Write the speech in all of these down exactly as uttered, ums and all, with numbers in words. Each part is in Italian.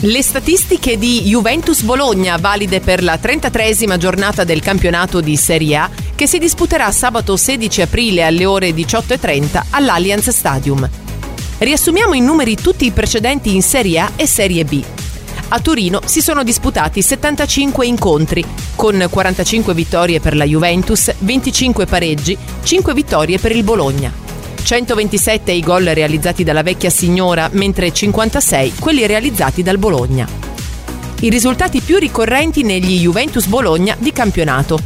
Le statistiche di Juventus Bologna, valide per la trentatreesima giornata del campionato di Serie A, che si disputerà sabato sedici aprile alle ore diciotto e trenta all'Allianz Stadium. Riassumiamo in numeri tutti i precedenti in Serie A e Serie B. A Torino si sono disputati settantacinque incontri, con quarantacinque vittorie per la Juventus, venticinque pareggi, cinque vittorie per il Bologna. centoventisette i gol realizzati dalla vecchia signora, mentre cinquantasei quelli realizzati dal Bologna. I risultati più ricorrenti negli Juventus Bologna di campionato.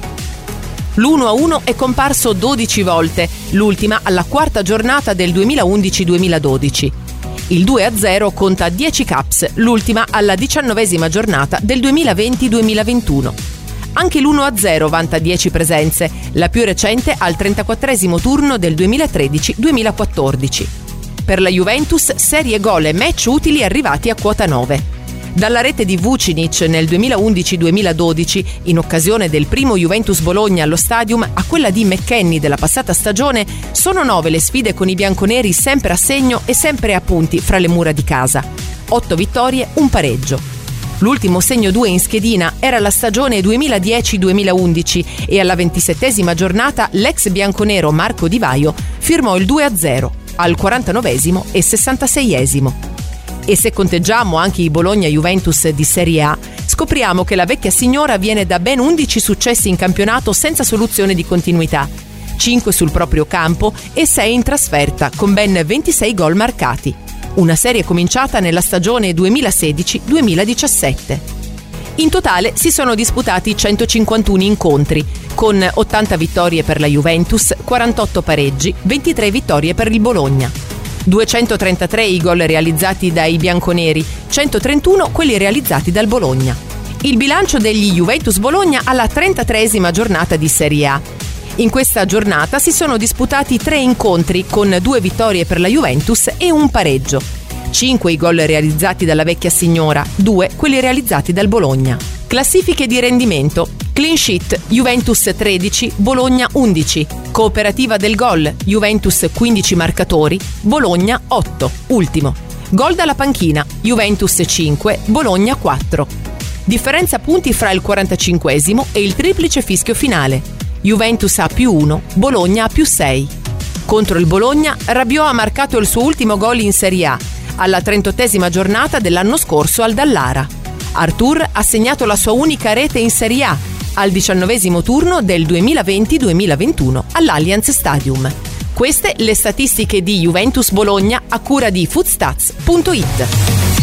L'uno a uno è comparso dodici volte, l'ultima alla quarta giornata del duemilaundici duemiladodici. Il due a zero conta dieci caps, l'ultima alla diciannovesima giornata del duemilaventi duemilaventuno. Anche l'uno a zero vanta dieci presenze, la più recente al trentaquattresimo turno del duemilatredici duemilaquattordici. Per la Juventus, serie gol e match utili arrivati a quota nove. Dalla rete di Vucinic nel duemilaundici duemiladodici, in occasione del primo Juventus Bologna allo Stadium, a quella di McKennie della passata stagione, sono nove le sfide con i bianconeri sempre a segno e sempre a punti fra le mura di casa. Otto vittorie, un pareggio. L'ultimo segno due in schedina era la stagione duemiladieci duemilaundici e alla ventisettesima giornata l'ex bianconero Marco Di Vaio firmò il due a zero al quarantanovesimo e sessantaseiesimo. E se conteggiamo anche i Bologna-Juventus di Serie A, scopriamo che la vecchia signora viene da ben undici successi in campionato senza soluzione di continuità, cinque sul proprio campo e sei in trasferta, con ben ventisei gol marcati. Una serie cominciata nella stagione duemilasedici duemiladiciassette. In totale si sono disputati centocinquantuno incontri, con ottanta vittorie per la Juventus, quarantotto pareggi, ventitré vittorie per il Bologna. duecentotrentatré i gol realizzati dai bianconeri, centotrentuno quelli realizzati dal Bologna. Il bilancio degli Juventus Bologna alla trentatreesima giornata di Serie A. In questa giornata si sono disputati tre incontri, con due vittorie per la Juventus e un pareggio. cinque i gol realizzati dalla vecchia signora, due quelli realizzati dal Bologna. Classifiche di rendimento. Clean sheet, Juventus tredici, Bologna undici. Cooperativa del gol, Juventus quindici marcatori, Bologna otto, ultimo. Gol dalla panchina, Juventus cinque, Bologna quattro. Differenza punti fra il quarantacinquesimo e il triplice fischio finale. Juventus a più uno, Bologna a più sei. Contro il Bologna, Rabiot ha marcato il suo ultimo gol in Serie A, alla trentottesima giornata dell'anno scorso al Dallara. Arthur ha segnato la sua unica rete in Serie A, al diciannovesimo turno del duemilaventi duemilaventuno all'Allianz Stadium. Queste le statistiche di Juventus Bologna a cura di footstats punto it.